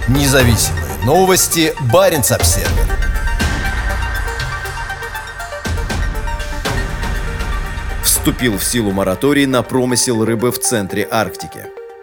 Независимые новости. Баренц-Обсервер. Вступил в силу мораторий на промысел рыбы в центре Арктики.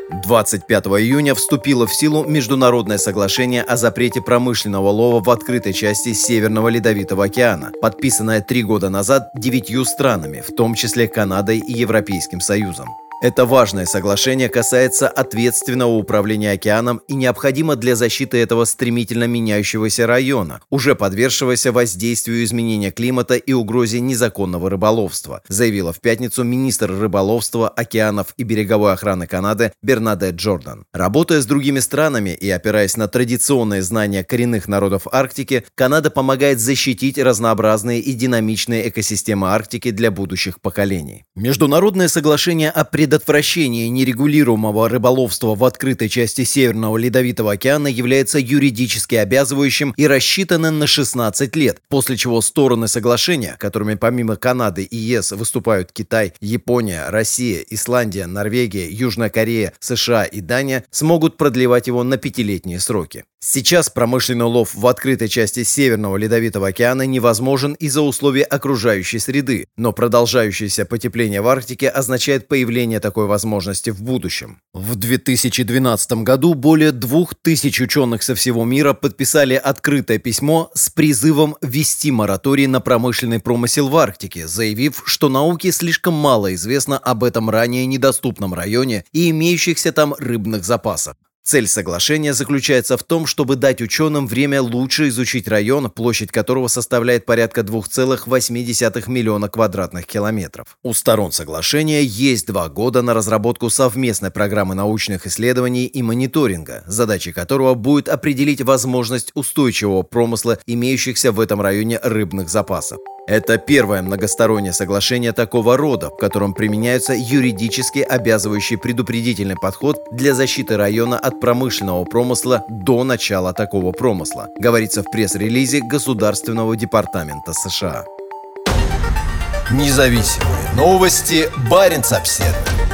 25 июня вступило в силу Международное соглашение о запрете промышленного лова в открытой части Северного Ледовитого океана, подписанное 3 года назад 9 странами, в том числе Канадой и Европейским Союзом. Это важное соглашение касается ответственного управления океаном и необходимо для защиты этого стремительно меняющегося района, уже подвергшегося воздействию изменения климата и угрозе незаконного рыболовства, заявила в пятницу министр рыболовства, океанов и береговой охраны Канады Бернадетт Джордан. Работая с другими странами и опираясь на традиционные знания коренных народов Арктики, Канада помогает защитить разнообразные и динамичные экосистемы Арктики для будущих поколений. Международное соглашение о предотвращение нерегулируемого рыболовства в открытой части Северного Ледовитого океана является юридически обязывающим и рассчитанным на 16 лет, после чего стороны соглашения, которыми помимо Канады и ЕС выступают Китай, Япония, Россия, Исландия, Норвегия, Южная Корея, США и Дания, смогут продлевать его на 5-летние сроки. Сейчас промышленный лов в открытой части Северного Ледовитого океана невозможен из-за условий окружающей среды, но продолжающееся потепление в Арктике означает появление такой возможности в будущем. В 2012 году более 2000 ученых со всего мира подписали открытое письмо с призывом ввести мораторий на промышленный промысел в Арктике, заявив, что науке слишком мало известно об этом ранее недоступном районе и имеющихся там рыбных запасах. Цель соглашения заключается в том, чтобы дать ученым время лучше изучить район, площадь которого составляет порядка 2,8 миллиона квадратных километров. У сторон соглашения есть 2 года на разработку совместной программы научных исследований и мониторинга, задачей которого будет определить возможность устойчивого промысла имеющихся в этом районе рыбных запасов. Это первое многостороннее соглашение такого рода, в котором применяется юридически обязывающий предупредительный подход для защиты района от промышленного промысла до начала такого промысла, говорится в пресс-релизе Государственного департамента США. Независимые новости. Баренц-Обсервер.